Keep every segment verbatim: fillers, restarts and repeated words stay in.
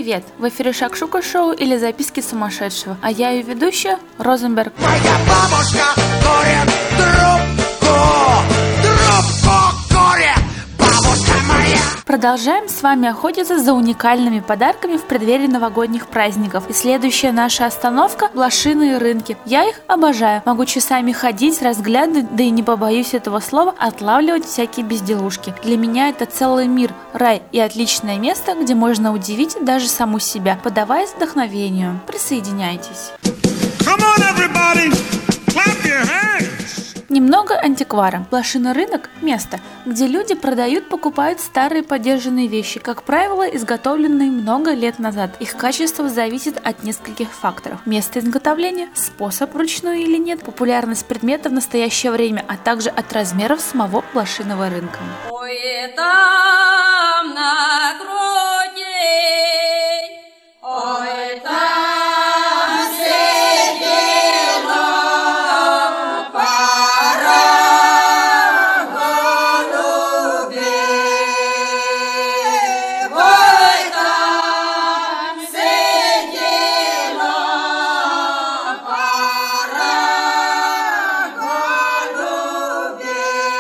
Привет! В эфире Шакшука шоу или записки сумасшедшего, а я ее ведущая Розенберг. Моя бабушка курит трубку, трубку курит бабушка моя. Продолжаем с вами охотиться за уникальными подарками в преддверии новогодних праздников. И следующая наша остановка – блошиные рынки. Я их обожаю. Могу часами ходить, разглядывать, да и не побоюсь этого слова, отлавливать всякие безделушки. Для меня это целый мир, рай и отличное место, где можно удивить даже саму себя, поддаваясь вдохновению. Присоединяйтесь. Come on, everybody, clap your hands. Немного антиквара. Блошиный рынок – место, где люди продают, покупают старые подержанные вещи, как правило, изготовленные много лет назад. Их качество зависит от нескольких факторов. Место изготовления, способ, ручной или нет, популярность предмета в настоящее время, а также от размеров самого блошиного рынка. Ой, там на груди, ой, там сидела пара голубей, ой, там сидела пара голубей.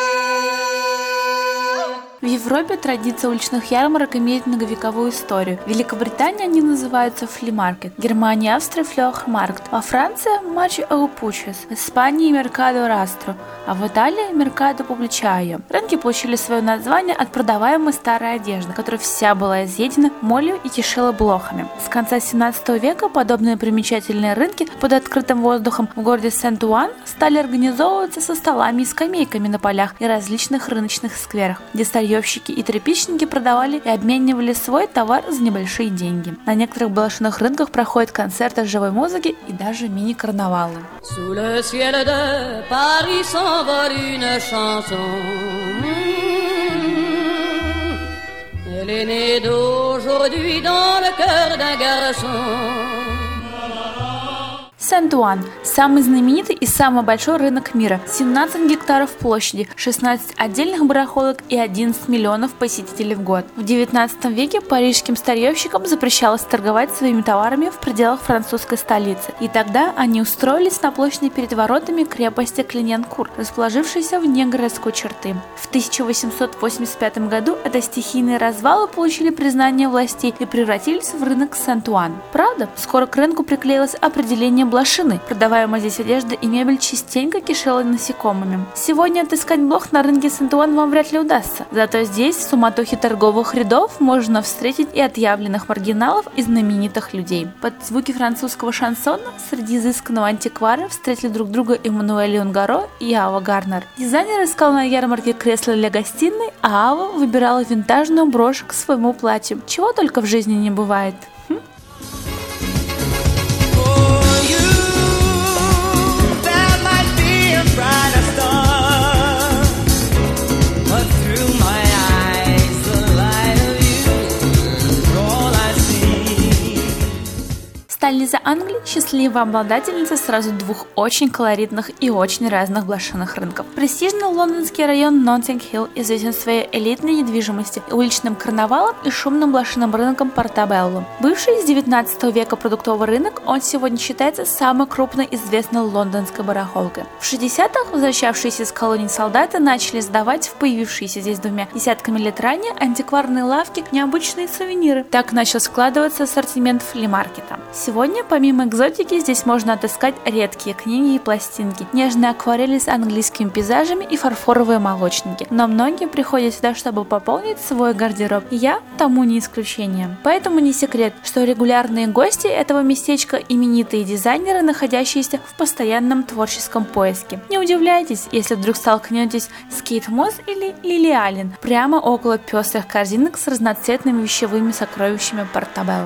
В Европе традиция уличных ярмарок имеет многовековую историю. В Великобритании они называются фли-маркет, в Германии и Австрии флёхмаркт, во Франции марчи аупучес, в Испании меркадо растро, а в Италии меркадо публичайо. Рынки получили свое название от продаваемой старой одежды, которая вся была изъедена молью и кишела блохами. С конца семнадцатого века подобные примечательные рынки под открытым воздухом в городе Сент-Уан стали организовываться со столами и скамейками на полях и различных рыночных скверах, где старьевщики и тряпичники продавали и обменивали свой товар за небольшие деньги. На некоторых блошиных рынках проходят концерты живой музыки и даже мини-карнавалы. Sous le ciel de Paris s'envole une chanson. Elle est née d'aujourd'hui dans le cœur d'un garçon. Сент-Уан – самый знаменитый и самый большой рынок мира. семнадцать гектаров площади, шестнадцать отдельных барахолок и одиннадцать миллионов посетителей в год. В девятнадцатом веке парижским старьевщикам запрещалось торговать своими товарами в пределах французской столицы. И тогда они устроились на площади перед воротами крепости Клиньянкур, расположившейся вне городской черты. В тысяча восемьсот восемьдесят пятом году это стихийные развалы получили признание властей и превратились в рынок Сент-Уан. Правда, скоро к рынку приклеилось определение блошины. Продаваемая здесь одежда и мебель частенько кишела насекомыми. Сегодня отыскать блох на рынке Сент-Уан вам вряд ли удастся. Зато здесь, в суматохе торговых рядов, можно встретить и отъявленных маргиналов, и знаменитых людей. Под звуки французского шансона среди изысканного антиквара встретили друг друга Эммануэль Унгаро и Ава Гарнер. Дизайнер искал на ярмарке кресло для гостиной, а Ава выбирала винтажную брошь к своему платью. Чего только в жизни не бывает. Столица Англии – счастливая обладательница сразу двух очень колоритных и очень разных блошиных рынков. Престижный лондонский район Ноттинг-Хилл известен своей элитной недвижимостью, уличным карнавалом и шумным блошиным рынком Портабелло. Бывший с девятнадцатого века продуктовый рынок, он сегодня считается самой крупной известной лондонской барахолкой. В шестидесятых возвращавшиеся из колоний солдаты начали сдавать в появившиеся здесь двумя десятками лет ранее антикварные лавки необычные сувениры. Так начал складываться ассортимент фли-маркета. Сегодня, помимо экзотики, здесь можно отыскать редкие книги и пластинки, нежные акварели с английскими пейзажами и фарфоровые молочники. Но многие приходят сюда, чтобы пополнить свой гардероб. И я тому не исключение. Поэтому не секрет, что регулярные гости этого местечка – именитые дизайнеры, находящиеся в постоянном творческом поиске. Не удивляйтесь, если вдруг столкнетесь с Кейт Мосс или Лили Аллен прямо около пестрых корзинок с разноцветными вещевыми сокровищами Портабелло.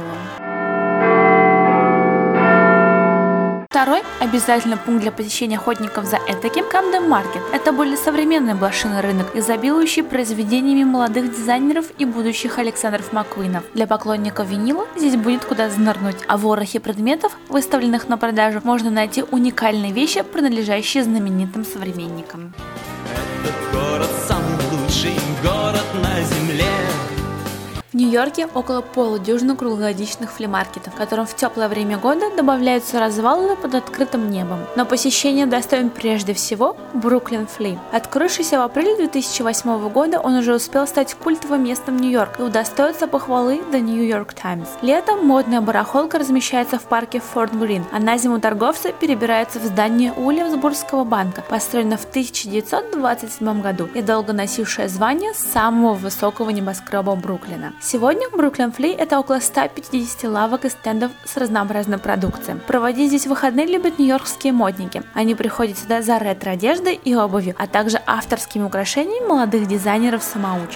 Второй обязательный пункт для посещения охотников за этаким – Камден Маркет. Это более современный блошиный рынок, изобилующий произведениями молодых дизайнеров и будущих Александров Маккуинов. Для поклонников винила здесь будет куда занырнуть, а в ворохе предметов, выставленных на продажу, можно найти уникальные вещи, принадлежащие знаменитым современникам. Этот город самый лучший город на земле. В Нью-Йорке около полудюжины круглогодичных флимаркетов, которым в теплое время года добавляются развалины под открытым небом. Но посещение достоин прежде всего Бруклин Фли. Открывшийся в апреле две тысячи восьмого года, он уже успел стать культовым местом Нью-Йорка и удостоиться похвалы The New York Times. Летом модная барахолка размещается в парке Форт Грин, а на зиму торговцы перебираются в здание Уильямсбургского банка, построено в тысяча девятьсот двадцать седьмом году и долго носившее звание самого высокого небоскреба Бруклина. Сегодня Бруклин Фли – это около ста пятидесяти лавок и стендов с разнообразной продукцией. Проводить здесь выходные любят нью-йоркские модники. Они приходят сюда за ретро-одеждой и обувью, а также авторскими украшениями молодых дизайнеров-самоучек.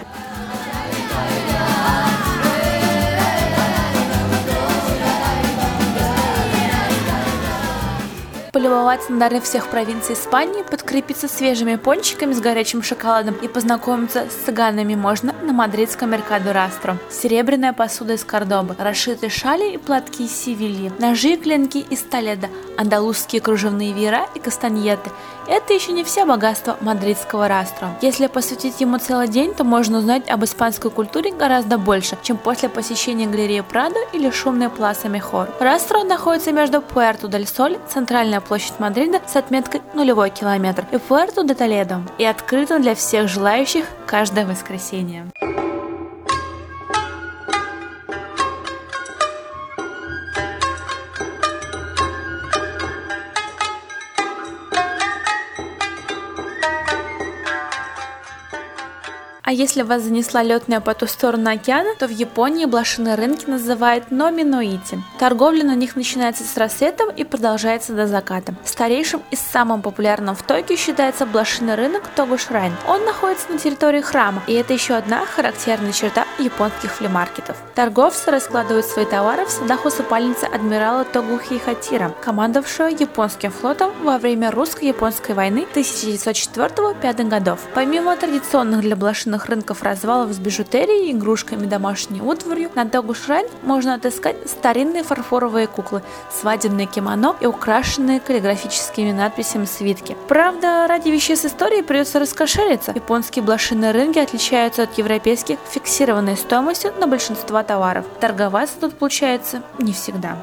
Полюбоваться на дары всех провинций Испании, подкрепиться свежими пончиками с горячим шоколадом и познакомиться с цыганами можно на мадридском Меркадо Растро. Серебряная посуда из Кордобы, расшитые шали и платки из Севильи, ножи и клинки из Толедо, андалузские кружевные веера и кастаньеты. Это еще не все богатства мадридского Растро. Если посвятить ему целый день, то можно узнать об испанской культуре гораздо больше, чем после посещения галереи Прадо или шумной Пласа Мехор. Растро находится между Пуэрто-дель-Соль, центральная площадь Мадрида с отметкой нулевой километр, и Пуэрто-де-Толедо, и открыто для всех желающих каждое воскресенье. А если вас занесла летная по ту сторону океана, то в Японии блошиные рынки называют номи-ноити. Торговля на них начинается с рассветом и продолжается до заката. Старейшим и самым популярным в Токио считается блошиный рынок Тогушрайн. Он находится на территории храма, и это еще одна характерная черта японских флимаркетов. Торговцы раскладывают свои товары в садах усыпальницы адмирала Тогухихатира, командовавшего японским флотом во время русско-японской войны тысяча девятьсот четвёртого — пятого годов. Помимо традиционных для блошиных рынков развалов с бижутерией, игрушками, домашней утварью, на Тогушрайн можно отыскать старинные фарфоровые куклы, свадебные кимоно и украшенные каллиграфическими надписями свитки. Правда, ради вещей с историей придется раскошелиться. Японские блошиные рынки отличаются от европейских фиксированной стоимостью на большинство товаров. Торговаться тут получается не всегда.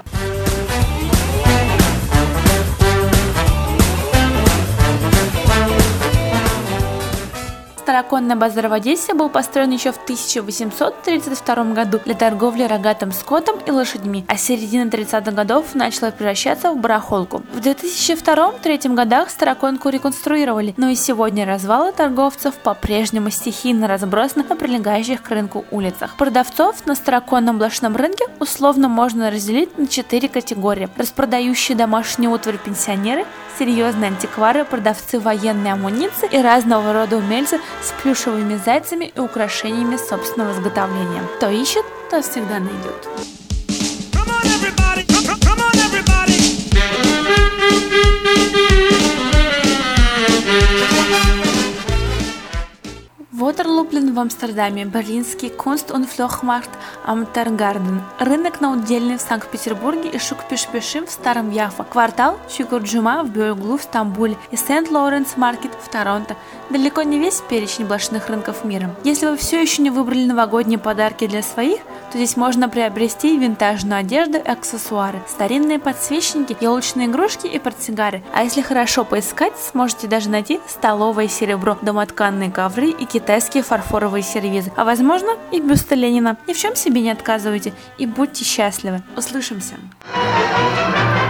Староконный базар в Одессе был построен еще в тысяча восемьсот тридцать втором году для торговли рогатым скотом и лошадьми, а с середины тридцатых годов начала превращаться в барахолку. В две тысячи втором — две тысячи третьем годах Староконку реконструировали, но и сегодня развалы торговцев по-прежнему стихийно разбросаны на прилегающих к рынку улицах. Продавцов на Староконном блошином рынке условно можно разделить на четыре категории: распродающие домашнюю утварь пенсионеры, серьезные антиквары, продавцы военной амуниции и разного рода умельцы с плюшевыми зайцами и украшениями собственного изготовления. Кто ищет, то всегда найдет. Come on, everybody. Come, come on, everybody. Вотерлуплен в Амстердаме, берлинский Kunst- und Flohmarkt am Tiergarten, рынок наудельный в Санкт-Петербурге и Шукпиш-Пешим в Старом Яффа, квартал Чукурджума в Беоглу в Стамбуле и Сент-Лоуренс-Маркет в Торонто. Далеко не весь перечень блошиных рынков мира. Если вы все еще не выбрали новогодние подарки для своих, то здесь можно приобрести винтажную одежду и аксессуары, старинные подсвечники, елочные игрушки и портсигары. А если хорошо поискать, сможете даже найти столовое серебро, домотканные ковры и китайские фарфоровые сервизы, а возможно и бюсты Ленина. Ни в чем себе не отказывайте и будьте счастливы. Услышимся!